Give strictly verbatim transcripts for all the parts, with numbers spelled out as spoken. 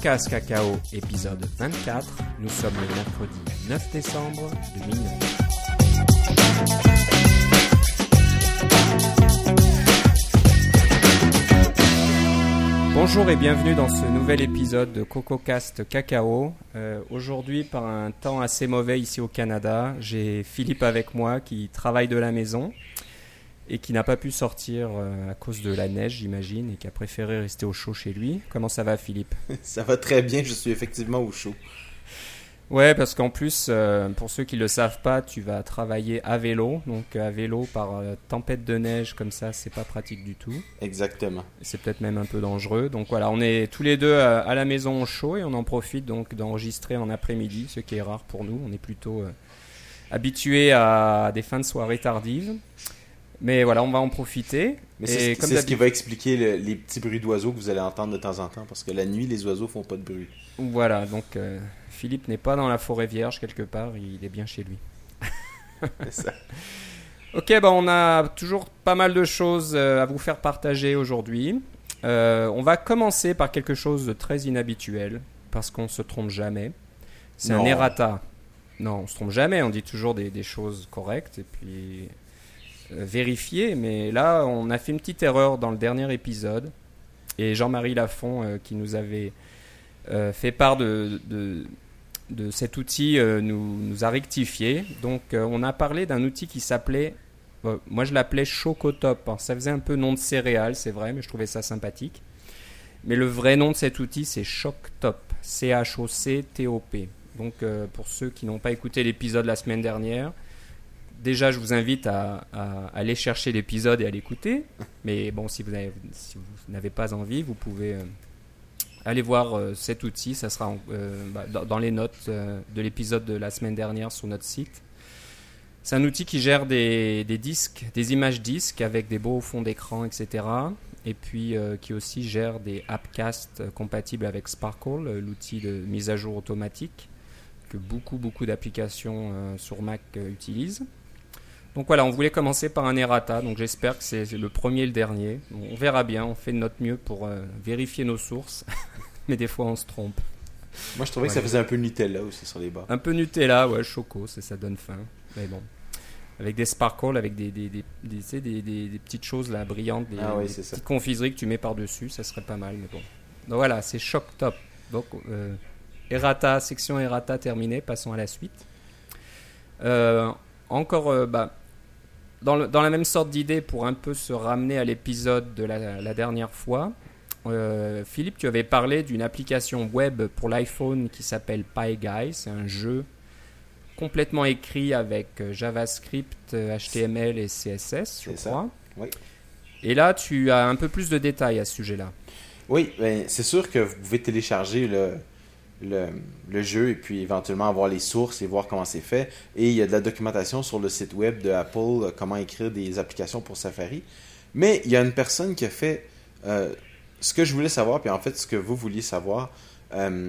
CocoCast Cacao, épisode vingt-quatre. Nous sommes le mercredi neuf décembre deux mille neuf. Bonjour et bienvenue dans ce nouvel épisode de CocoCast Cacao. Euh, aujourd'hui, par un temps assez mauvais ici au Canada, j'ai Philippe avec moi qui travaille de la maison et qui n'a pas pu sortir euh, à cause de la neige, j'imagine, et qui a préféré rester au chaud chez lui. Comment ça va, Philippe ? Ça va très bien, je suis effectivement au chaud. Ouais, parce qu'en plus, euh, pour ceux qui ne le savent pas, tu vas travailler à vélo. Donc à vélo par euh, tempête de neige comme ça, c'est pas pratique du tout. Exactement. C'est peut-être même un peu dangereux. Donc voilà, on est tous les deux à, à la maison au chaud et on en profite donc d'enregistrer en après-midi, ce qui est rare pour nous. On est plutôt euh, habitués à des fins de soirée tardives. Mais voilà, on va en profiter. Mais c'est, et comme c'est ce qui va expliquer le, les petits bruits d'oiseaux que vous allez entendre de temps en temps, parce que la nuit, les oiseaux font pas de bruit. Voilà, donc euh, Philippe n'est pas dans la forêt vierge quelque part, il est bien chez lui. C'est ça. Ok, bah on a toujours pas mal de choses à vous faire partager aujourd'hui. Euh, on va commencer par quelque chose de très inhabituel, parce qu'on se trompe jamais. C'est non. un errata. Non, on se trompe jamais, on dit toujours des, des choses correctes, et puis... vérifier, mais là on a fait une petite erreur dans le dernier épisode et Jean-Marie Lafont euh, qui nous avait euh, fait part de, de, de cet outil euh, nous, nous a rectifié. Donc euh, on a parlé d'un outil qui s'appelait, euh, moi je l'appelais Chocotop. Alors, ça faisait un peu nom de céréales, c'est vrai, mais je trouvais ça sympathique. Mais le vrai nom de cet outil c'est Choctop, C H O C T O P. Donc euh, pour ceux qui n'ont pas écouté l'épisode la semaine dernière, déjà, je vous invite à, à aller chercher l'épisode et à l'écouter. Mais bon, si vous, avez, si vous n'avez pas envie, vous pouvez euh, aller voir euh, cet outil. Ça sera en, euh, bah, dans, dans les notes euh, de l'épisode de la semaine dernière sur notre site. C'est un outil qui gère des, des disques, des images disques avec des beaux fonds d'écran, et cetera. Et puis euh, qui aussi gère des appcasts compatibles avec Sparkle, l'outil de mise à jour automatique que beaucoup, beaucoup d'applications euh, sur Mac euh, utilisent. Donc voilà, on voulait commencer par un errata, donc j'espère que c'est le premier et le dernier. On verra bien, on fait de notre mieux pour euh, vérifier nos sources, mais des fois on se trompe. Moi je trouvais ouais. que ça faisait un peu Nutella aussi sur les bords. Un peu Nutella, ouais, choco, ça, ça donne faim. Mais bon, avec des sparkles, avec des, des, des, des, des, des, des, des petites choses là, brillantes, des, ah ouais, des petites ça. confiseries que tu mets par-dessus, ça serait pas mal, mais bon. Donc voilà, c'est Choctop. Donc, euh, errata, section errata terminée, passons à la suite. Euh, encore, euh, bah... Dans, le, dans la même sorte d'idée, pour un peu se ramener à l'épisode de la, la dernière fois, euh, Philippe, tu avais parlé d'une application web pour l'iPhone qui s'appelle PyGuy. C'est un jeu complètement écrit avec JavaScript, H T M L et C S S, je c'est crois. Ça. Oui. Et là, tu as un peu plus de détails à ce sujet-là. Oui, ben, c'est sûr que vous pouvez télécharger le... Le, le jeu et puis éventuellement avoir les sources et voir comment c'est fait. Et il y a de la documentation sur le site web de Apple, comment écrire des applications pour Safari. Mais il y a une personne qui a fait euh, ce que je voulais savoir, puis en fait ce que vous vouliez savoir, euh,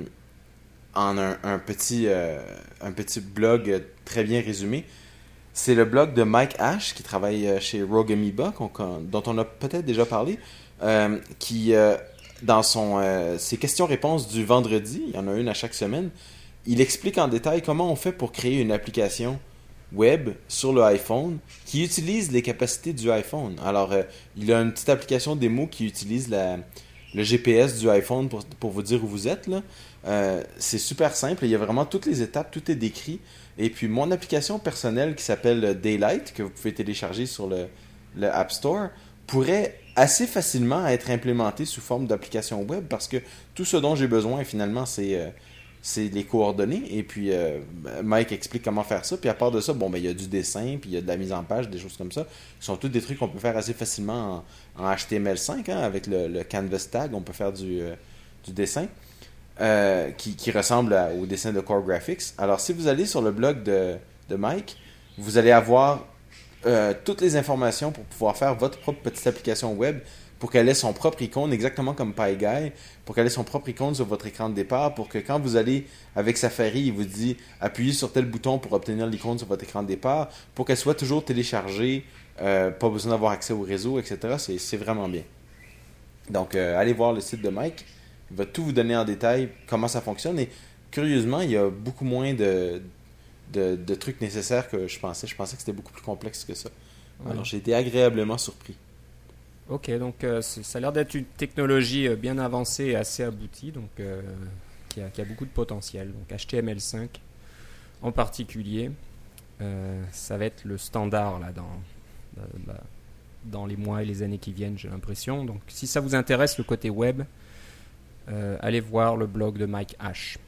en un, un, petit, euh, un petit blog très bien résumé. C'est le blog de Mike Ash, qui travaille chez Rogue Amoeba, dont on a peut-être déjà parlé, euh, qui... Euh, dans son, euh, ses questions-réponses du vendredi, il y en a une à chaque semaine, il explique en détail comment on fait pour créer une application web sur le iPhone qui utilise les capacités du iPhone. Alors, euh, il a une petite application démo qui utilise la, le G P S du iPhone pour, pour vous dire où vous êtes. Là. Euh, c'est super simple, il y a vraiment toutes les étapes, tout est décrit. Et puis, mon application personnelle qui s'appelle Daylight, que vous pouvez télécharger sur le, le App Store, pourrait assez facilement être implémenté sous forme d'application web parce que tout ce dont j'ai besoin finalement c'est, euh, c'est les coordonnées et puis euh, Mike explique comment faire ça, puis à part de ça, bon ben il y a du dessin, puis il y a de la mise en page, des choses comme ça, qui sont tous des trucs qu'on peut faire assez facilement en, en H T M L cinq, hein, avec le, le canvas tag, on peut faire du, euh, du dessin euh, qui, qui ressemble à, au dessin de Core Graphics. Alors si vous allez sur le blog de, de Mike, vous allez avoir Euh, toutes les informations pour pouvoir faire votre propre petite application web pour qu'elle ait son propre icône, exactement comme PyGuy, pour qu'elle ait son propre icône sur votre écran de départ, pour que quand vous allez avec Safari, il vous dit appuyez sur tel bouton pour obtenir l'icône sur votre écran de départ, pour qu'elle soit toujours téléchargée, euh, pas besoin d'avoir accès au réseau, et cetera. C'est, c'est vraiment bien. Donc, euh, allez voir le site de Mike. Il va tout vous donner en détail comment ça fonctionne. Et curieusement, il y a beaucoup moins de, de, de trucs nécessaires que je pensais. Je pensais que c'était beaucoup plus complexe que ça. Ouais. Alors, j'ai été agréablement surpris. Ok, donc euh, ça a l'air d'être une technologie bien avancée et assez aboutie, donc euh, qui, a, qui a beaucoup de potentiel. Donc H T M L cinq en particulier, euh, ça va être le standard là dans, dans, dans les mois et les années qui viennent, j'ai l'impression. Donc si ça vous intéresse le côté web, euh, allez voir le blog de Mike H.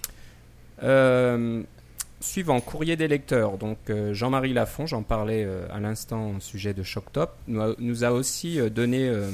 Euh, Suivant, courrier des lecteurs. Donc euh, Jean-Marie Lafont, j'en parlais euh, à l'instant au sujet de Shocktop, nous a, nous a aussi euh, donné euh,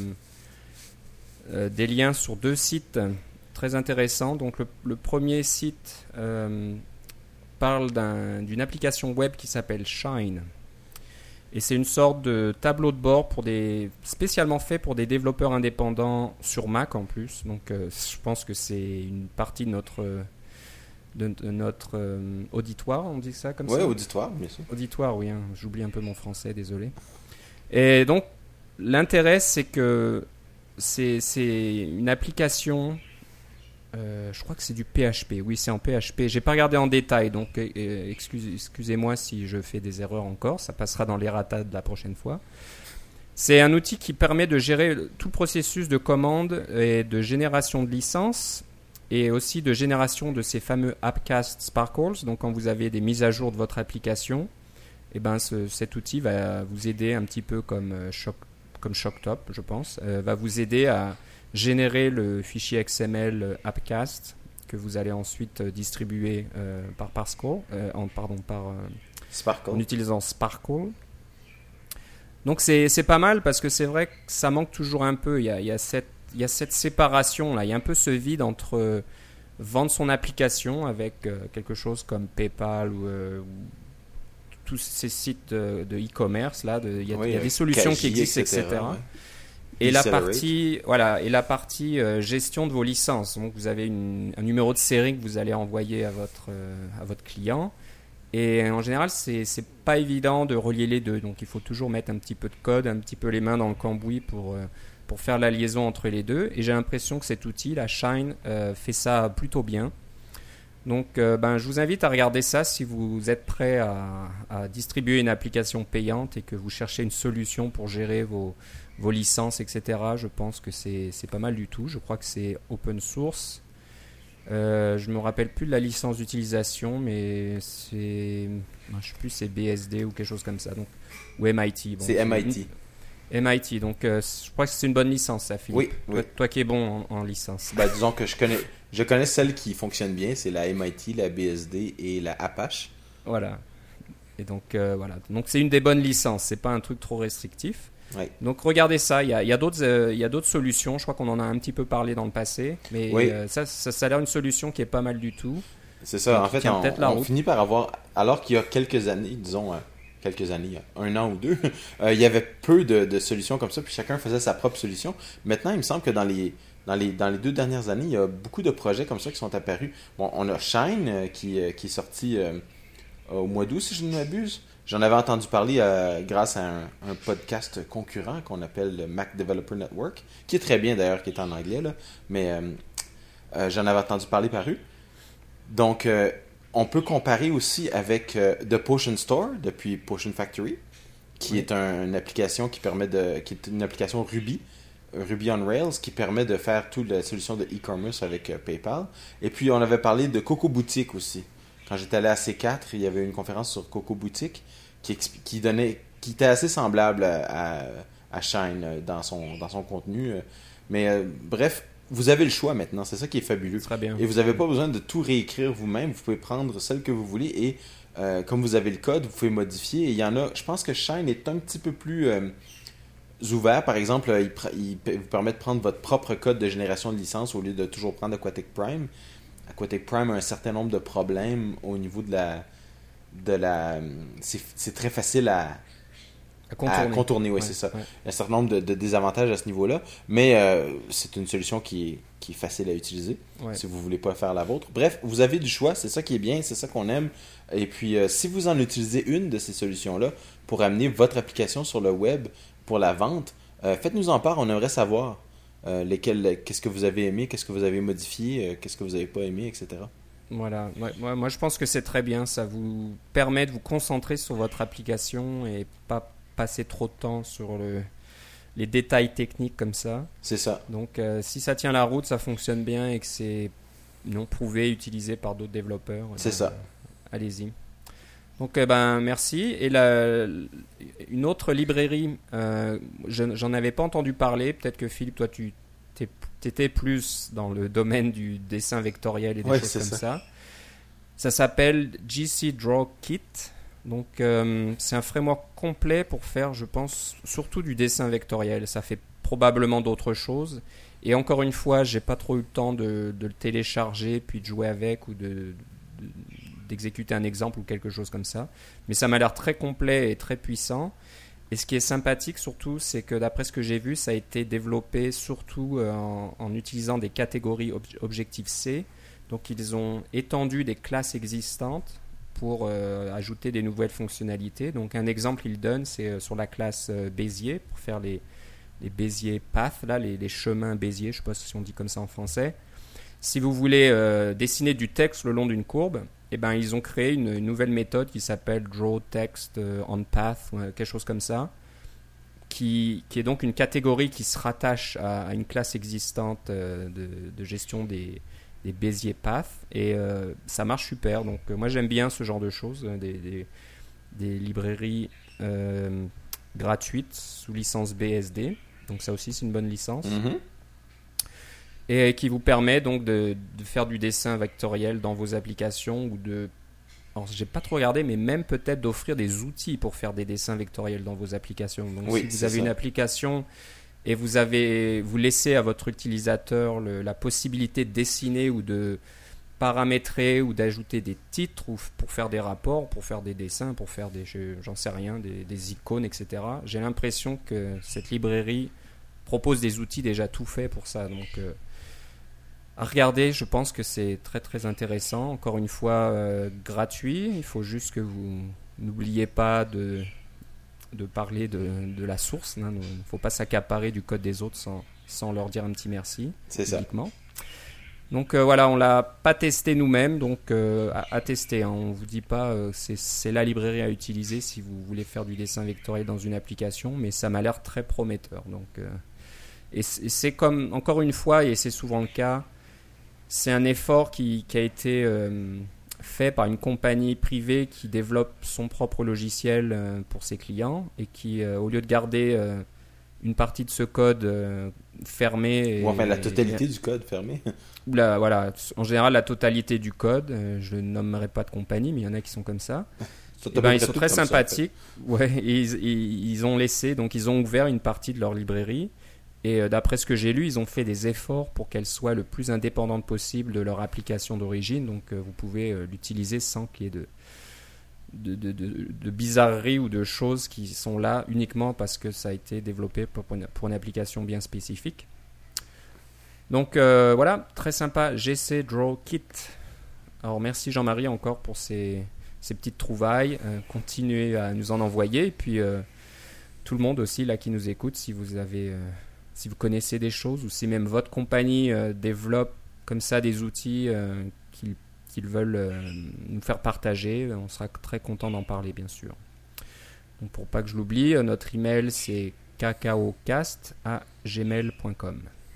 euh, des liens sur deux sites très intéressants. Donc le, le premier site euh, parle d'un, d'une application web qui s'appelle Shine. Et c'est une sorte de tableau de bord pour des, spécialement fait pour des développeurs indépendants sur Mac en plus. Donc euh, je pense que c'est une partie de notre... Euh, de, de notre euh, auditoire, on dit ça comme ouais, ça? Oui, auditoire, bien sûr. Auditoire, oui, hein, j'oublie un peu mon français, désolé. Et donc, l'intérêt, c'est que c'est, c'est une application, euh, je crois que c'est du P H P, oui, c'est en P H P. J'ai pas regardé en détail, donc euh, excusez, excusez-moi si je fais des erreurs encore, ça passera dans l'errata de la prochaine fois. C'est un outil qui permet de gérer tout le processus de commande et de génération de licences, et aussi de génération de ces fameux Appcast Sparkles. Donc quand vous avez des mises à jour de votre application, eh ben ce, cet outil va vous aider un petit peu comme, euh, Shock, comme Shocktop, je pense, euh, va vous aider à générer le fichier X M L Appcast que vous allez ensuite euh, distribuer euh, par Parscore, euh, en, pardon, par, euh, Sparkle. en utilisant Sparkle. Donc c'est, c'est pas mal parce que c'est vrai que ça manque toujours un peu. Il y a, il y a cette Il y a cette séparation là, il y a un peu ce vide entre euh, vendre son application avec euh, quelque chose comme PayPal ou, euh, ou tous ces sites de, de e-commerce là, de, il y a, oui, il y a des solutions Kaji, qui existent, et cetera. Et cetera. Ouais. Et la partie, voilà, et la partie euh, gestion de vos licences. Donc vous avez une, un numéro de série que vous allez envoyer à votre euh, à votre client. Et en général, c'est c'est pas évident de relier les deux. Donc il faut toujours mettre un petit peu de code, un petit peu les mains dans le cambouis pour euh, pour faire la liaison entre les deux. Et j'ai l'impression que cet outil, la Shine, euh, fait ça plutôt bien. Donc euh, ben, je vous invite à regarder ça si vous êtes prêt à, à distribuer une application payante et que vous cherchez une solution pour gérer vos, vos licences, et cetera. Je pense que c'est, c'est pas mal du tout. Je crois que c'est open source. Euh, je me rappelle plus de la licence d'utilisation, mais c'est, je sais plus, c'est B S D ou quelque chose comme ça. Donc, ou M I T. Bon, c'est M I T. M I T, donc euh, je crois que c'est une bonne licence, ça, Philippe. Oui, toi, oui. Toi qui es bon en, en licence. Ben, disons que je connais, je connais celle qui fonctionne bien, c'est la M I T, la B S D et la Apache. Voilà. Et donc euh, voilà. Donc c'est une des bonnes licences. C'est pas un truc trop restrictif. Oui. Donc regardez ça. Il y a, il y a d'autres, euh, il y a d'autres solutions. Je crois qu'on en a un petit peu parlé dans le passé, mais oui. euh, ça, ça, ça a l'air une solution qui est pas mal du tout. C'est ça. Donc, en fait, on, on finit par avoir, alors qu'il y a quelques années, disons. Euh, quelques années, un an ou deux, euh, il y avait peu de, de solutions comme ça, puis chacun faisait sa propre solution. Maintenant, il me semble que dans les, dans les, dans les deux dernières années, il y a beaucoup de projets comme ça qui sont apparus. Bon, on a Shine euh, qui, euh, qui est sorti euh, au mois d'août, si je ne m'abuse. J'en avais entendu parler euh, grâce à un, un podcast concurrent qu'on appelle le Mac Developer Network, qui est très bien d'ailleurs, qui est en anglais, là, mais euh, euh, j'en avais entendu parler par eux. Donc, euh, on peut comparer aussi avec euh, The Potion Store depuis Potion Factory, qui oui. est un, une application qui permet de, qui est une application Ruby, Ruby on Rails, qui permet de faire toute la solution de e-commerce avec euh, PayPal. Et puis on avait parlé de Coco Boutique aussi. Quand j'étais allé à C quatre, il y avait une conférence sur Coco Boutique qui, qui donnait, qui était assez semblable à, à, à Shine dans son, dans son contenu. Mais euh, bref. Vous avez le choix maintenant, c'est ça qui est fabuleux. Très bien. Et vous n'avez pas besoin de tout réécrire vous-même. Vous pouvez prendre celle que vous voulez et euh, comme vous avez le code, vous pouvez modifier. Et il y en a, je pense que Shine est un petit peu plus euh, ouvert. Par exemple, il, il vous permet de prendre votre propre code de génération de licence au lieu de toujours prendre Aquatic Prime. Aquatic Prime a un certain nombre de problèmes au niveau de la... de la c'est, c'est très facile à... À contourner, à contourner oui, ouais, c'est ça. Ouais. Il y a un certain nombre de, de désavantages à ce niveau-là, mais euh, c'est une solution qui est, qui est facile à utiliser ouais. si vous ne voulez pas faire la vôtre. Bref, vous avez du choix, c'est ça qui est bien, c'est ça qu'on aime. Et puis, euh, si vous en utilisez une de ces solutions-là pour amener votre application sur le web pour la vente, euh, faites-nous en part, on aimerait savoir. euh, lesquels, qu'est-ce que vous avez aimé, qu'est-ce que vous avez modifié, euh, qu'est-ce que vous n'avez pas aimé, et cetera. Voilà, ouais, moi, moi je pense que c'est très bien, ça vous permet de vous concentrer sur votre application et pas passer trop de temps sur le, les détails techniques comme ça. C'est ça. Donc euh, si ça tient la route, ça fonctionne bien et que c'est non prouvé, utilisé par d'autres développeurs, c'est ben, ça. Euh, allez-y. Donc eh ben merci. Et la, une autre librairie, euh, je, j'en avais pas entendu parler, peut-être que Philippe, toi tu étais plus dans le domaine du dessin vectoriel et des ouais, choses comme ça. ça. Ça s'appelle G C Draw Kit. Donc euh, c'est un framework complet pour faire, je pense, surtout du dessin vectoriel. Ça fait probablement d'autres choses. Et encore une fois, j'ai pas trop eu le temps de, de le télécharger puis de jouer avec ou de, de, d'exécuter un exemple ou quelque chose comme ça. Mais ça m'a l'air très complet et très puissant. Et ce qui est sympathique surtout, c'est que d'après ce que j'ai vu, ça a été développé surtout en, en utilisant des catégories ob- Objective-C. Donc ils ont étendu des classes existantes pour euh, ajouter des nouvelles fonctionnalités. Donc un exemple qu'ils donnent, c'est euh, sur la classe euh, Bézier, pour faire les, les Bézier Path, là, les, les chemins Bézier, je ne sais pas si on dit comme ça en français. Si vous voulez euh, dessiner du texte le long d'une courbe, eh ben, ils ont créé une, une nouvelle méthode qui s'appelle Draw Text on Path, ou quelque chose comme ça, qui, qui est donc une catégorie qui se rattache à, à une classe existante euh, de, de gestion des, des Bézier Path, et euh, ça marche super. Donc euh, moi j'aime bien ce genre de choses, des, des, des librairies euh, gratuites sous licence B S D, donc ça aussi c'est une bonne licence. Mm-hmm. Et qui vous permet donc de, de faire du dessin vectoriel dans vos applications ou de, alors j'ai pas trop regardé, mais même peut-être d'offrir des outils pour faire des dessins vectoriels dans vos applications. Donc oui, si vous avez ça. une application et vous avez, vous laissez à votre utilisateur le, la possibilité de dessiner ou de paramétrer ou d'ajouter des titres ou pour faire des rapports, pour faire des dessins, pour faire des, j'en sais rien, des, des icônes, et cetera. J'ai l'impression que cette librairie propose des outils déjà tout faits pour ça. Donc euh, à regarder, je pense que c'est très très intéressant. Encore une fois, euh, gratuit. Il faut juste que vous n'oubliez pas de, de parler de, de la source. Il hein. ne faut pas s'accaparer du code des autres sans, sans leur dire un petit merci. C'est uniquement. ça. Donc euh, voilà, on ne l'a pas testé nous-mêmes, donc euh, à, à tester. Hein. On ne vous dit pas euh, c'est, c'est la librairie à utiliser si vous voulez faire du dessin vectoriel dans une application, mais ça m'a l'air très prometteur. Donc, euh, et, c'est, et c'est comme, encore une fois, et c'est souvent le cas, c'est un effort qui, qui a été euh, fait par une compagnie privée qui développe son propre logiciel euh, pour ses clients et qui, euh, au lieu de garder euh, une partie de ce code euh, fermé... Et, ou enfin la totalité et, du code fermé. La, voilà, en général, la totalité du code, euh, je ne nommerai pas de compagnie, mais il y en a qui sont comme ça. Et ben, ils sont très sympathiques. Ça, en fait. Ouais, ils, ils, ils ont laissé, donc ils ont ouvert une partie de leur librairie. Et euh, d'après ce que j'ai lu, ils ont fait des efforts pour qu'elle soit le plus indépendante possible de leur application d'origine. Donc euh, vous pouvez euh, l'utiliser sans qu'il y ait de, de, de, de, de bizarreries ou de choses qui sont là uniquement parce que ça a été développé pour une, pour une application bien spécifique. Donc euh, voilà, très sympa, G C Draw Kit. Alors merci Jean-Marie encore pour ces, ces petites trouvailles. Euh, continuez à nous en envoyer. Et puis euh, tout le monde aussi là qui nous écoute, si vous avez... Euh, si vous connaissez des choses ou si même votre compagnie euh, développe comme ça des outils euh, qu'ils, qu'ils veulent euh, nous faire partager, on sera très content d'en parler bien sûr. Donc pour pas que je l'oublie, euh, notre email c'est cacaocast arobase gmail point com.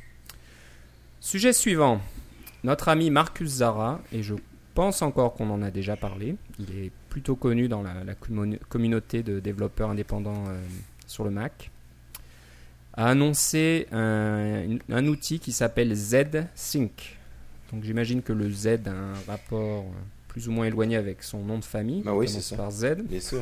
Sujet suivant, notre ami Marcus Zara, et je pense encore qu'on en a déjà parlé, il est plutôt connu dans la, la communauté de développeurs indépendants euh, sur le Mac, a annoncé un, un outil qui s'appelle Z-Sync. Donc j'imagine que le Z a un rapport plus ou moins éloigné avec son nom de famille. Bah oui, c'est ça. Par Z. Bien sûr.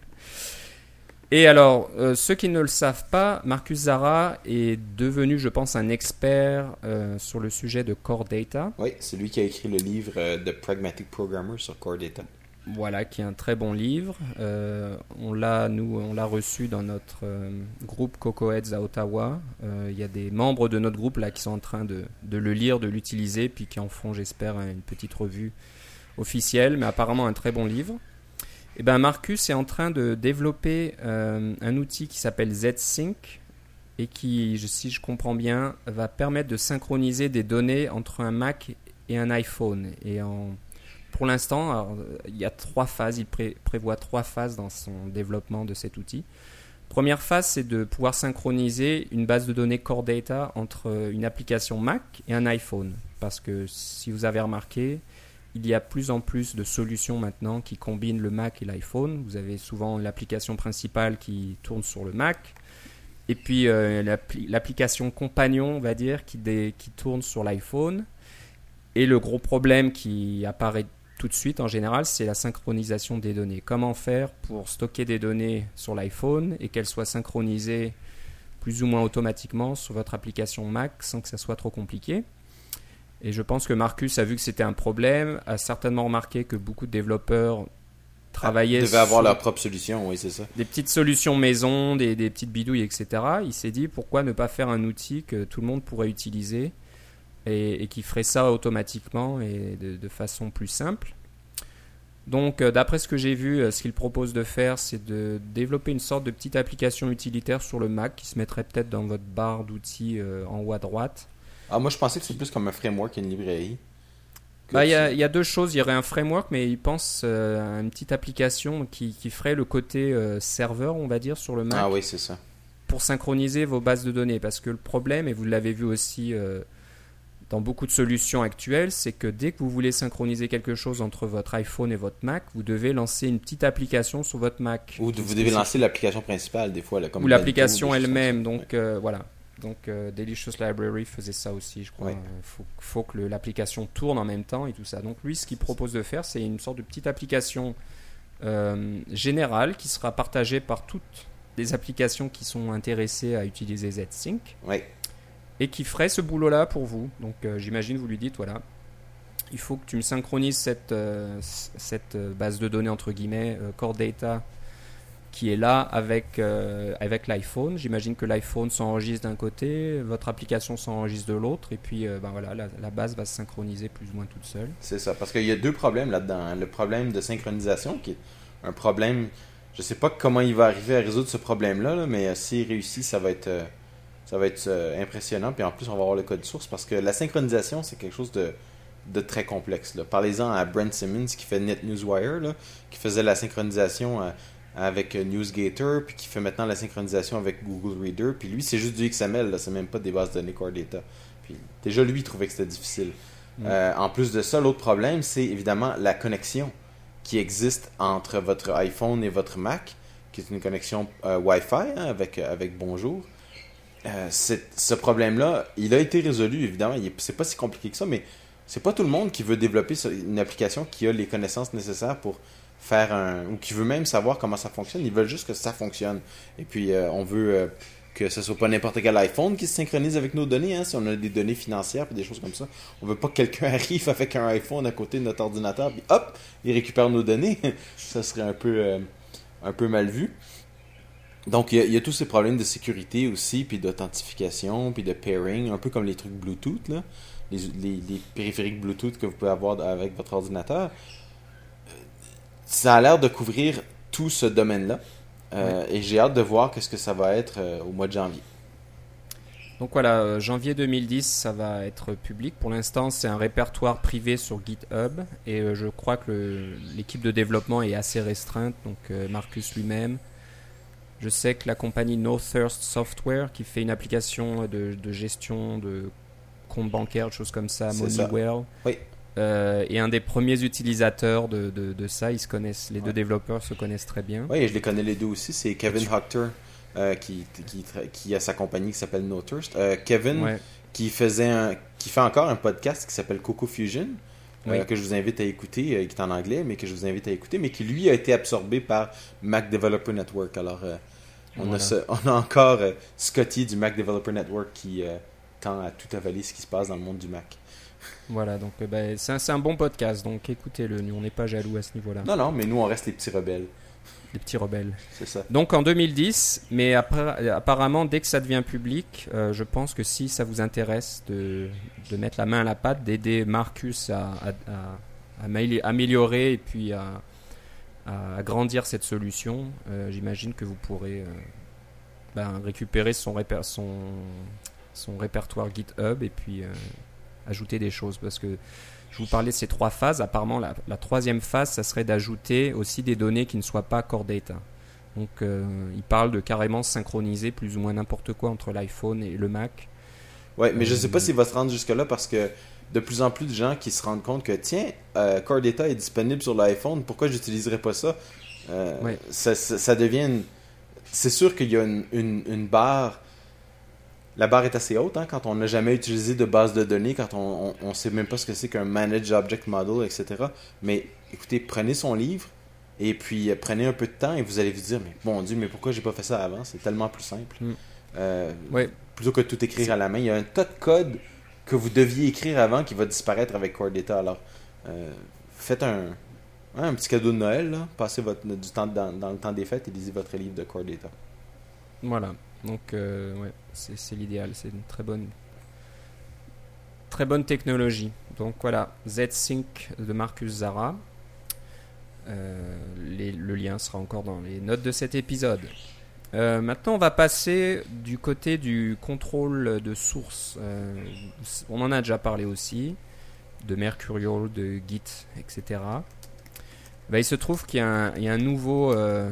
Et alors, euh, ceux qui ne le savent pas, Marcus Zara est devenu, je pense, un expert euh, sur le sujet de Core Data. Oui, c'est lui qui a écrit le livre euh, The Pragmatic Programmer sur Core Data. Voilà, qui est un très bon livre. Euh, on l'a, nous, on l'a reçu dans notre euh, groupe Cocoheads à Ottawa. Euh, il y a des membres de notre groupe là qui sont en train de, de le lire, de l'utiliser, puis qui en feront, j'espère, une petite revue officielle, mais apparemment un très bon livre. Et ben Marcus est en train de développer euh, un outil qui s'appelle Z-Sync et qui, si je comprends bien, va permettre de synchroniser des données entre un Mac et un iPhone. Et en, pour l'instant, alors, il y a trois phases, il pré, prévoit trois phases dans son développement de cet outil. Première phase, c'est de pouvoir synchroniser une base de données Core Data entre une application Mac et un iPhone. Parce que si vous avez remarqué, il y a plus en plus de solutions maintenant qui combinent le Mac et l'iPhone. Vous avez souvent l'application principale qui tourne sur le Mac, et puis euh, l'appli- l'application compagnon, on va dire, qui, dé- qui tourne sur l'iPhone. Et le gros problème qui apparaît tout de suite en général, c'est la synchronisation des données. Comment faire pour stocker des données sur l'iPhone et qu'elles soient synchronisées plus ou moins automatiquement sur votre application Mac sans que ça soit trop compliqué. Et je pense que Marcus a vu que c'était un problème, a certainement remarqué que beaucoup de développeurs travaillaient Ils devaient sur avoir leur propre solution, oui, c'est ça. des petites solutions maison, des, des petites bidouilles, et cetera. Il s'est dit pourquoi ne pas faire un outil que tout le monde pourrait utiliser et, et qui ferait ça automatiquement et de, de façon plus simple. Donc, euh, d'après ce que j'ai vu, euh, ce qu'il propose de faire, c'est de développer une sorte de petite application utilitaire sur le Mac qui se mettrait peut-être dans votre barre d'outils euh, en haut à droite. Ah, moi, je pensais que c'était plus comme un framework qu'une librairie. Que Bah, il y, a- c'est- il y a deux choses. Il y aurait un framework, mais il pense euh, à une petite application qui, qui ferait le côté euh, serveur, on va dire, sur le Mac Ah oui, c'est ça. pour synchroniser vos bases de données. Parce que le problème, et vous l'avez vu aussi euh, dans beaucoup de solutions actuelles, c'est que dès que vous voulez synchroniser quelque chose entre votre iPhone et votre Mac, vous devez lancer une petite application sur votre Mac. Ou vous devez lancer l'application principale, des fois. Là, comme Ou l'application Bento, des choses elle-même. comme ça. Donc euh, voilà. Donc euh, Delicious Library faisait ça aussi, je crois. Il Ouais. faut, faut que le- l'application tourne en même temps et tout ça. Donc lui, ce qu'il propose de faire, c'est une sorte de petite application euh, générale qui sera partagée par toutes les applications qui sont intéressées à utiliser Z-Sync Ouais. et qui ferait ce boulot-là pour vous. Donc euh, j'imagine vous lui dites, voilà, il faut que tu me synchronises cette, euh, c- cette euh, base de données, entre guillemets, euh, Core Data, qui est là avec, euh, avec l'iPhone. J'imagine que l'iPhone s'enregistre d'un côté, votre application s'enregistre de l'autre, et puis euh, ben voilà, la, la base va se synchroniser plus ou moins toute seule. C'est ça, parce qu'il y a deux problèmes là-dedans, hein. Le problème de synchronisation, qui est un problème, je sais pas comment il va arriver à résoudre ce problème-là, là, mais euh, s'il réussit, ça va être, euh, ça va être euh, impressionnant. Puis en plus, on va avoir le code source, parce que la synchronisation, c'est quelque chose de, de très complexe, là. Parlez-en à Brent Simmons, qui fait NetNewsWire, là, qui faisait la synchronisation euh, avec euh, NewsGator, puis qui fait maintenant la synchronisation avec Google Reader. Puis lui, c'est juste du X M L, là, c'est même pas des bases de données Core Data. Puis déjà, lui, il trouvait que c'était difficile. Mm. Euh, en plus de ça, l'autre problème, c'est évidemment la connexion qui existe entre votre iPhone et votre Mac, qui est une connexion euh, Wi-Fi, hein, avec, avec Bonjour. Euh, c'est- ce problème-là, il a été résolu, évidemment. Il est- C'est pas si compliqué que ça, mais c'est pas tout le monde qui veut développer ce- une application qui a les connaissances nécessaires pour faire un... ou qui veut même savoir comment ça fonctionne. Ils veulent juste que ça fonctionne. Et puis, euh, on veut euh, que ce soit pas n'importe quel iPhone qui se synchronise avec nos données, hein, si on a des données financières et des choses comme ça. On veut pas que quelqu'un arrive avec un iPhone à côté de notre ordinateur puis hop, il récupère nos données. Ça serait un peu, euh, un peu mal vu. Donc, il y, a, il y a tous ces problèmes de sécurité aussi, puis d'authentification, puis de pairing, un peu comme les trucs Bluetooth, là, les, les, les périphériques Bluetooth que vous pouvez avoir avec votre ordinateur. Ça a l'air de couvrir tout ce domaine-là. Euh, Et j'ai hâte de voir qu'est-ce que ça va être euh, au mois de janvier. Donc voilà, euh, janvier deux mille dix, ça va être public. Pour l'instant, c'est un répertoire privé sur GitHub et euh, je crois que le- l'équipe de développement est assez restreinte. Donc euh, Marcus lui-même. Je sais que la compagnie Northirst Software, qui fait une application de, de gestion de comptes bancaires, des choses comme ça, C'est ça. Moneywell, Oui. euh, est un des premiers utilisateurs de, de, de ça. Ils se connaissent, les Ouais. deux développeurs se connaissent très bien. Oui, je les connais les deux aussi. C'est Kevin Hochter euh, qui, qui, tra- qui a sa compagnie qui s'appelle Nothirst. Euh, Kevin Ouais. qui faisait un, qui fait encore un podcast qui s'appelle Coco Fusion, euh, Oui. que je vous invite à écouter, euh, qui est en anglais, mais que je vous invite à écouter, mais qui lui a été absorbé par Mac Developer Network. Alors, euh, on, Voilà. a ce- on a encore euh, Scotty du Mac Developer Network qui euh, tend à tout avaler ce qui se passe dans le monde du Mac. Voilà, donc euh, ben, c'est un, c'est un bon podcast, donc écoutez-le, nous on n'est pas jaloux à ce niveau-là, Non, non, mais nous, on reste les petits rebelles. les petits rebelles. C'est ça. Donc en deux mille dix, mais après, apparemment dès que ça devient public, euh, je pense que si ça vous intéresse de, de mettre la main à la pâte, d'aider Marcus à, à, à- à améliorer- améliorer et puis à, à agrandir cette solution, euh, j'imagine que vous pourrez euh, ben, récupérer son, réper- son, son répertoire GitHub et puis euh, ajouter des choses. Parce que je vous parlais de ces trois phases. Apparemment, la, la troisième phase, ça serait d'ajouter aussi des données qui ne soient pas Core Data. Donc, euh, il parle de carrément synchroniser plus ou moins n'importe quoi entre l'iPhone et le Mac. Ouais, mais euh, je sais pas euh, s'il va se rendre jusque-là parce que de plus en plus de gens qui se rendent compte que tiens, euh, Core Data est disponible sur l'iPhone, pourquoi j'utiliserais pas ça? Euh, ouais. ça, ça, ça devient... Une... C'est sûr qu'il y a une, une, une barre... La barre est assez haute hein, quand on n'a jamais utilisé de base de données, quand on ne sait même pas ce que c'est qu'un Managed Object Model, et cetera. Mais écoutez, prenez son livre et puis euh, prenez un peu de temps et vous allez vous dire, mais bon Dieu, mais pourquoi j'ai pas fait ça avant? C'est tellement plus simple. Mm. Euh, ouais. Plutôt que de tout écrire à la main, il y a un tas de code que vous deviez écrire avant qui va disparaître avec Core Data. Alors, euh, faites un, hein, un petit cadeau de Noël, là. Passez votre, du temps dans, dans le temps des fêtes et lisez votre livre de Core Data. Voilà. Donc, euh, ouais, c'est, c'est l'idéal. C'est une très bonne, très bonne technologie. Donc, voilà, Z-Sync de Marcus Zara. Euh, les, le lien sera encore dans les notes de cet épisode. Euh, maintenant, on va passer du côté du contrôle de source. Euh, on en a déjà parlé aussi, de Mercurial, de Git, et cetera. Ben, il se trouve qu'il y a un, il y a un nouveau... Euh,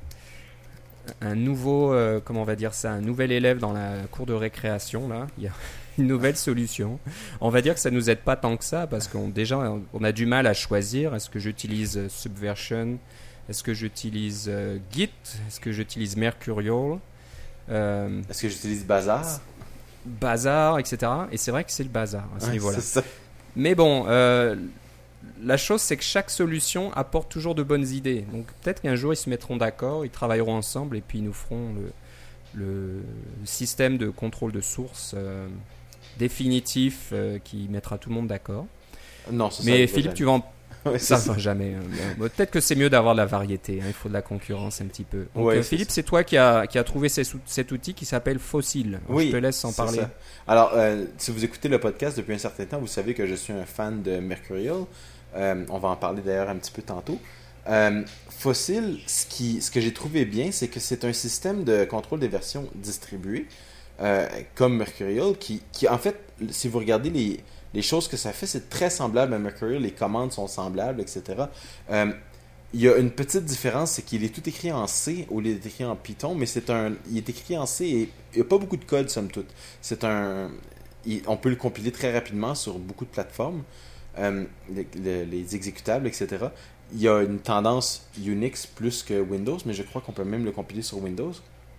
un nouveau, euh, comment on va dire ça, un nouvel élève dans la cour de récréation, là. Il y a une nouvelle solution. On va dire que ça nous aide pas tant que ça, parce qu'on déjà, on a du mal à choisir. Est-ce que j'utilise Subversion? Est-ce que j'utilise euh, Git? Est-ce que j'utilise Mercurial? euh, Est-ce que j'utilise Bazar? Bazar, et cetera. Et c'est vrai que c'est le bazar à ce ouais, niveau-là. C'est ça. Mais bon, euh, la chose, c'est que chaque solution apporte toujours de bonnes idées. Donc peut-être qu'un jour, ils se mettront d'accord, ils travailleront ensemble et puis ils nous feront le, le système de contrôle de source euh, définitif euh, qui mettra tout le monde d'accord. Non, c'est Mais ça, Philippe, tu vas en... ouais, ça ça va jamais. Hein. Bon, peut-être que c'est mieux d'avoir de la variété. Hein. Il faut de la concurrence un petit peu. Donc, ouais, euh, c'est Philippe, ça. c'est toi qui as qui a trouvé ces, cet outil qui s'appelle Fossil. Alors, oui, je te laisse en parler. Ça. Alors, euh, si vous écoutez le podcast depuis un certain temps, vous savez que je suis un fan de Mercurial. Euh, on va en parler d'ailleurs un petit peu tantôt. Euh, Fossil, ce, qui, ce que j'ai trouvé bien, c'est que c'est un système de contrôle des versions distribuées, euh, comme Mercurial, qui, qui en fait, si vous regardez les, les choses que ça fait, c'est très semblable à Mercurial, les commandes sont semblables, et cetera. Euh, il y a une petite différence, c'est qu'il est tout écrit en C au lieu d'être écrit en Python, mais c'est un, il est écrit en C et il n'y a pas beaucoup de code, somme toute. C'est un, il, on peut le compiler très rapidement sur beaucoup de plateformes. Euh, les, les, les exécutables, et cetera. Il y a une tendance Unix plus que Windows, mais je crois qu'on peut même le compiler sur Windows.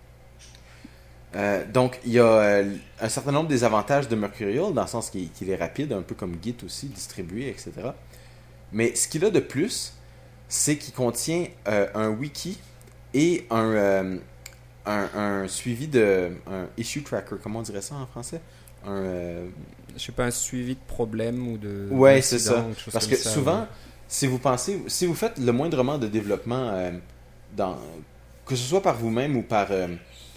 Euh, donc, il y a euh, un certain nombre des avantages de Mercurial, dans le sens qu'il, qu'il est rapide, un peu comme Git aussi, distribué, et cetera. Mais ce qu'il a de plus, c'est qu'il contient euh, un wiki et un, euh, un, un suivi de... un issue tracker, comment on dirait ça en français? Un... Euh, je sais pas, un suivi de problème ou de... Ouais, c'est ça. Parce que ça, souvent, ouais. si vous pensez, si vous faites le moindrement de développement, euh, dans, que ce soit par vous-même ou par, euh,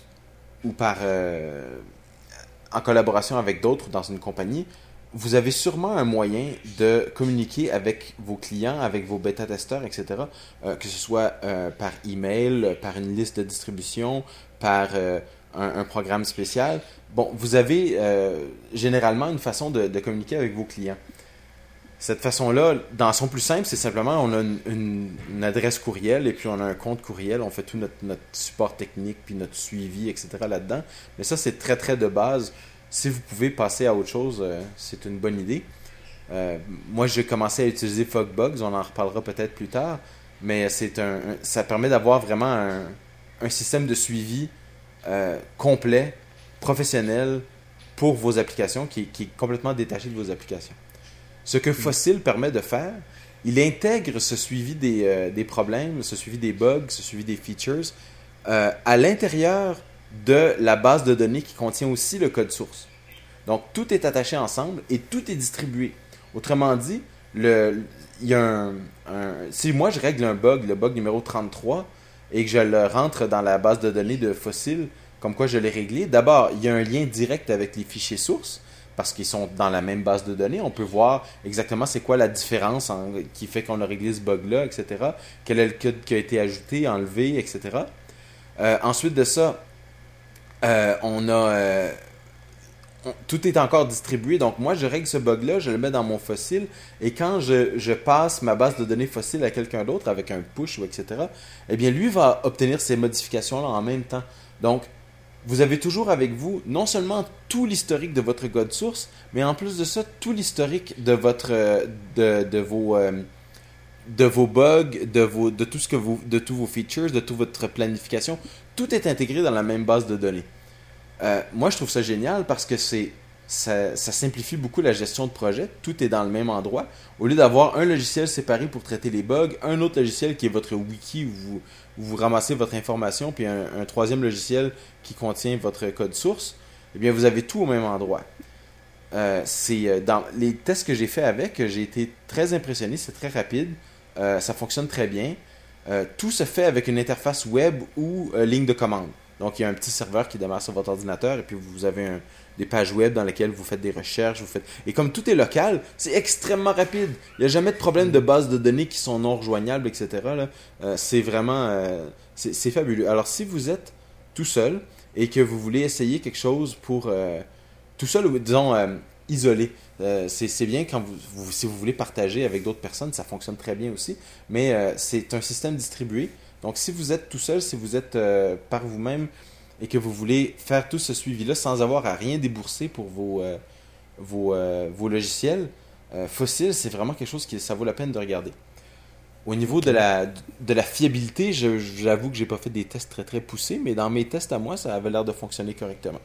ou par euh, en collaboration avec d'autres dans une compagnie, vous avez sûrement un moyen de communiquer avec vos clients, avec vos bêta-testeurs, et cetera. Euh, que ce soit euh, par email, par une liste de distribution, par euh, un, un programme spécial. Bon, vous avez euh, généralement une façon de, de communiquer avec vos clients. Cette façon-là, dans son plus simple, c'est simplement on a une, une, une adresse courriel et puis on a un compte courriel, on fait tout notre, notre support technique puis notre suivi, et cetera là-dedans. Mais ça, c'est très très de base. Si vous pouvez passer à autre chose, euh, c'est une bonne idée. Euh, moi, j'ai commencé à utiliser Fogbugs, on en reparlera peut-être plus tard, mais c'est un, un ça permet d'avoir vraiment un, un système de suivi euh, complet, professionnel pour vos applications, qui, qui est complètement détaché de vos applications. Ce que Fossil permet de faire, il intègre ce suivi des, euh, des problèmes, ce suivi des bugs, ce suivi des features euh, à l'intérieur de la base de données qui contient aussi le code source. Donc, tout est attaché ensemble et tout est distribué. Autrement dit, le, il y a un, un, si moi je règle un bug, le bug numéro trente-trois, et que je le rentre dans la base de données de Fossil, comme quoi je l'ai réglé, d'abord, il y a un lien direct avec les fichiers sources, parce qu'ils sont dans la même base de données. On peut voir exactement c'est quoi la différence en, qui fait qu'on a réglé ce bug-là, et cetera. Quel est le code qui a été ajouté, enlevé, et cetera. Euh, ensuite de ça, Euh, on a... euh, on- tout est encore distribué. Donc, moi, je règle ce bug-là, je le mets dans mon fossile. Et quand je, je passe ma base de données fossile à quelqu'un d'autre avec un push ou et cetera, eh bien, lui va obtenir ces modifications-là en même temps. Donc, vous avez toujours avec vous non seulement tout l'historique de votre code source, mais en plus de ça, tout l'historique de votre euh, de, de vos euh, de vos bugs, de vos de tout ce que vous de tous vos features, de toute votre planification, tout est intégré dans la même base de données. Euh, moi, je trouve ça génial parce que c'est ça, ça simplifie beaucoup la gestion de projet. Tout est dans le même endroit. Au lieu d'avoir un logiciel séparé pour traiter les bugs, un autre logiciel qui est votre wiki où vous, où vous ramassez votre information, puis un, un troisième logiciel qui contient votre code source, eh bien, vous avez tout au même endroit. Euh, c'est euh, dans les tests que j'ai fait avec, j'ai été très impressionné. C'est très rapide. Euh, ça fonctionne très bien. Euh, tout se fait avec une interface web ou euh, ligne de commande. Donc, il y a un petit serveur qui démarre sur votre ordinateur et puis vous avez un, des pages web dans lesquelles vous faites des recherches. Vous faites... Et comme tout est local, c'est extrêmement rapide. Il n'y a jamais de problème de base de données qui sont non rejoignables, et cetera là. Euh, c'est vraiment... Euh, c'est, c'est fabuleux. Alors, si vous êtes tout seul et que vous voulez essayer quelque chose pour... Euh, tout seul ou, disons, euh, isolé. Euh, c'est, c'est bien quand vous, vous, si vous voulez partager avec d'autres personnes, ça fonctionne très bien aussi. Mais euh, c'est un système distribué. Donc, si vous êtes tout seul, si vous êtes euh, par vous-même et que vous voulez faire tout ce suivi-là sans avoir à rien débourser pour vos, euh, vos, euh, vos logiciels, euh, Fossil, c'est vraiment quelque chose qui ça vaut la peine de regarder. Au niveau okay. de, la, de la fiabilité, je, j'avoue que j'ai pas fait des tests très très poussés, mais dans mes tests à moi, ça avait l'air de fonctionner correctement.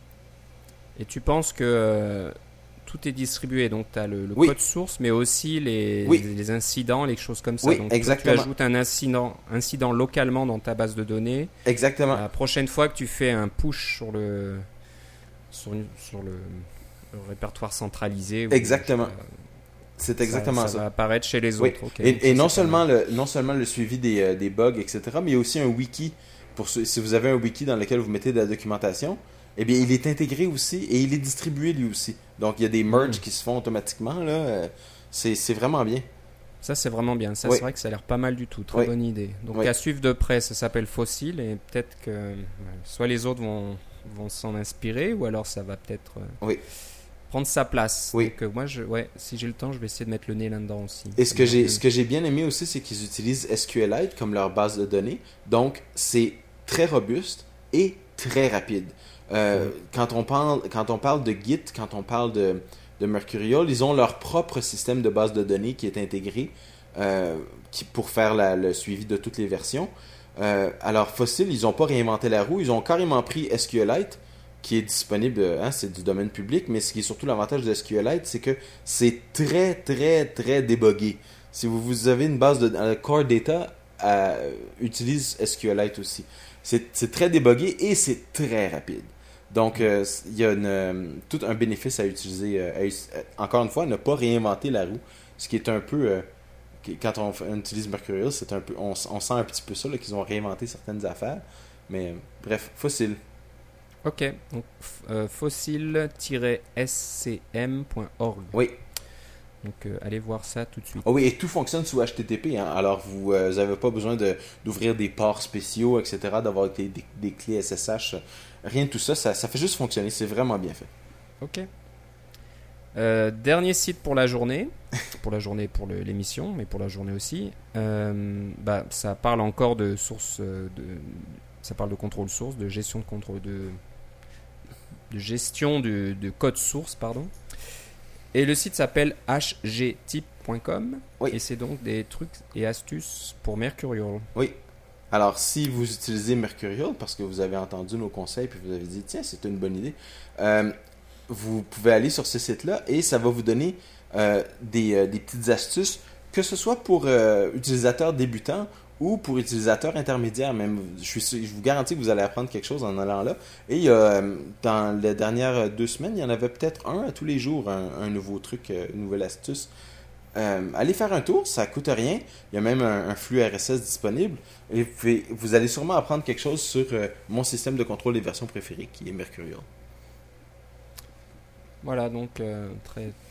Et tu penses que euh, tout est distribué, donc tu as le, le oui. code source, mais aussi les, oui. les incidents, les choses comme ça. Oui, donc exactement. toi, tu ajoutes un incident, incident localement dans ta base de données. Exactement. La prochaine fois que tu fais un push sur le, sur, sur le, le répertoire centralisé. Exactement. Ou, c'est exactement ça. Ça, ça va apparaître chez les oui. autres. Okay, et et non, seulement le, non seulement le suivi des, euh, des bugs, et cetera, mais il y a aussi un wiki. Pour ce, si vous avez un wiki dans lequel vous mettez de la documentation, eh bien, il est intégré aussi et il est distribué lui aussi. Donc, il y a des merges mmh. qui se font automatiquement. Là. Euh, c'est, c'est vraiment bien. Ça, c'est vraiment bien. Ça, oui. c'est vrai que ça a l'air pas mal du tout. Très oui. bonne idée. Donc, oui. à suivre de près, ça s'appelle Fossil et peut-être que euh, soit les autres vont, vont s'en inspirer ou alors ça va peut-être euh, oui. prendre sa place. Oui. Donc, euh, moi, je, ouais, si j'ai le temps, je vais essayer de mettre le nez là-dedans aussi. Et ce que, j'ai, ce que j'ai bien aimé aussi, c'est qu'ils utilisent SQLite comme leur base de données. Donc, c'est très robuste et très rapide. Euh, oui. quand, on parle, quand on parle de Git, quand on parle de, de Mercurial, ils ont leur propre système de base de données qui est intégré euh, qui, pour faire la, le suivi de toutes les versions. Euh, alors, Fossil, ils n'ont pas réinventé la roue, ils ont carrément pris SQLite, qui est disponible, hein, c'est du domaine public, mais ce qui est surtout l'avantage de SQLite, c'est que c'est très, très, très débogué. Si vous, vous avez une base de euh, Core Data, euh, utilise SQLite aussi. C'est, c'est très débogué et c'est très rapide. Donc, il euh, y a une, euh, tout un bénéfice à utiliser. Euh, à, euh, encore une fois, ne pas réinventer la roue. Ce qui est un peu... Euh, quand on, on utilise Mercurial, c'est un peu, on, on sent un petit peu ça, là, qu'ils ont réinventé certaines affaires. Mais, euh, bref, Fossil. Ok. Donc, euh, fossil tiret s c m point org. Oui. Donc, euh, allez voir ça tout de suite. Oh oui, et tout fonctionne sous H T T P. Hein. Alors, vous n'avez euh, pas besoin de, d'ouvrir des ports spéciaux, et cetera, d'avoir des, des, des clés S S H. Rien de tout ça, ça, ça fait juste fonctionner. C'est vraiment bien fait. Ok. Euh, dernier site pour la journée. Pour la journée, pour le, l'émission, mais pour la journée aussi. Euh, bah, ça parle encore de source... De, ça parle de contrôle source, de gestion de contrôle... De, de gestion de, de code source, pardon. Et le site s'appelle h g tip point com. Oui. Et c'est donc des trucs et astuces pour Mercurial. Oui. Alors, si vous utilisez Mercurial, parce que vous avez entendu nos conseils et vous avez dit, tiens, c'est une bonne idée, euh, vous pouvez aller sur ce site-là et ça va vous donner euh, des, euh, des petites astuces, que ce soit pour euh, utilisateurs débutants ou pour utilisateurs intermédiaires même. Je, suis, je vous garantis que vous allez apprendre quelque chose en allant là. Et il y a, dans les dernières deux semaines, il y en avait peut-être un à tous les jours, un, un nouveau truc, une nouvelle astuce. Euh, allez faire un tour, ça ne coûte rien. Il y a même un, un flux R S S disponible. Et vous, pouvez, vous allez sûrement apprendre quelque chose sur euh, mon système de contrôle des versions préférées, qui est Mercurial. Voilà, donc euh, très,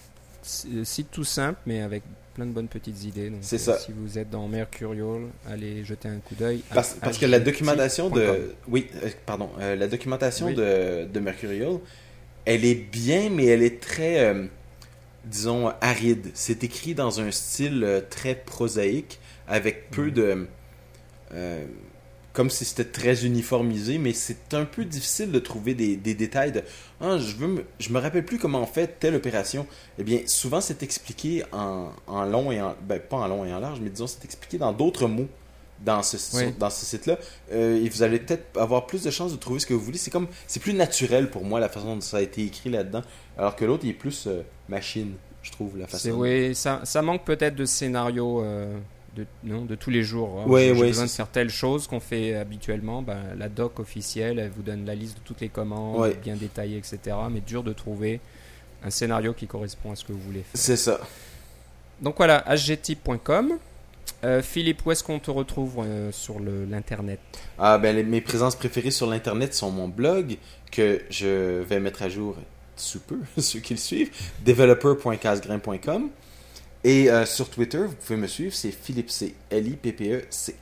site tout simple, mais avec plein de bonnes petites idées. Donc, c'est euh, ça. Si vous êtes dans Mercurial, allez jeter un coup d'œil. Parce, parce que la documentation de... Oui, euh, pardon. Euh, la documentation oui. de, de Mercurial, elle est bien, mais elle est très, euh, disons, aride. C'est écrit dans un style euh, très prosaïque, avec peu mmh. de... Euh, comme si c'était très uniformisé, mais c'est un peu difficile de trouver des, des détails de ah, je veux me, je me rappelle plus comment on fait telle opération. Eh bien, souvent c'est expliqué en, en long et en ben pas en long et en large, mais disons c'est expliqué dans d'autres mots dans ce oui. sur, dans ce site-là. Euh, et vous allez peut-être avoir plus de chances de trouver ce que vous voulez. C'est comme c'est plus naturel pour moi la façon dont ça a été écrit là-dedans, alors que l'autre il est plus euh, machine, je trouve la façon. C'est, oui, ça, ça manque peut-être de scénario. Euh... De, non, de tous les jours. Hein. Ouais, J'ai ouais, besoin de faire telle chose qu'on fait habituellement. Ben, la doc officielle, elle vous donne la liste de toutes les commandes, ouais. bien détaillées, et cetera. Mais dur de trouver un scénario qui correspond à ce que vous voulez faire. C'est ça. Donc voilà, h g type point com. Euh, Philippe, où est-ce qu'on te retrouve euh, sur le, l'internet? Ah, ben, les, mes présences préférées sur l'internet sont mon blog, que je vais mettre à jour sous peu, ceux qui le suivent, developer point casgrain point com. Et euh, sur Twitter, vous pouvez me suivre, c'est Philippe C. L I P P E C.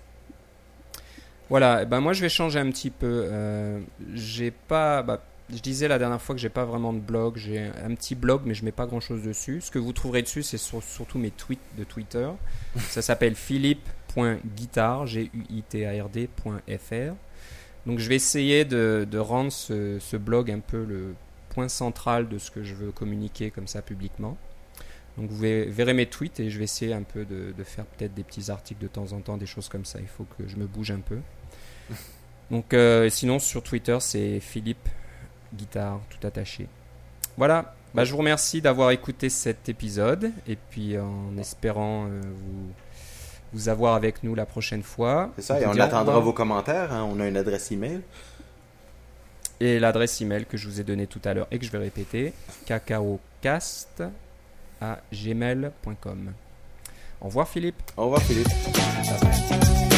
Voilà, ben moi je vais changer un petit peu. Euh, j'ai pas, bah, je disais la dernière fois que j'ai pas vraiment de blog. J'ai un petit blog, mais je mets pas grand chose dessus. Ce que vous trouverez dessus, c'est sur, surtout mes tweets de Twitter. Ça s'appelle philippe point guitard, G U I T A R D point F R. Donc je vais essayer de, de rendre ce, ce blog un peu le point central de ce que je veux communiquer comme ça publiquement. Donc vous verrez mes tweets et je vais essayer un peu de, de faire peut-être des petits articles de temps en temps, des choses comme ça. Il faut que je me bouge un peu. Donc euh, sinon sur Twitter c'est Philippe Guitare tout attaché. Voilà, bah, je vous remercie d'avoir écouté cet épisode et puis en espérant euh, vous, vous avoir avec nous la prochaine fois. C'est ça, et on attendra vos commentaires, hein. On a une adresse email. Et l'adresse email que je vous ai donnée tout à l'heure et que je vais répéter, cacaocast à gmail point com. Au revoir Philippe. Au revoir Philippe. Bye bye.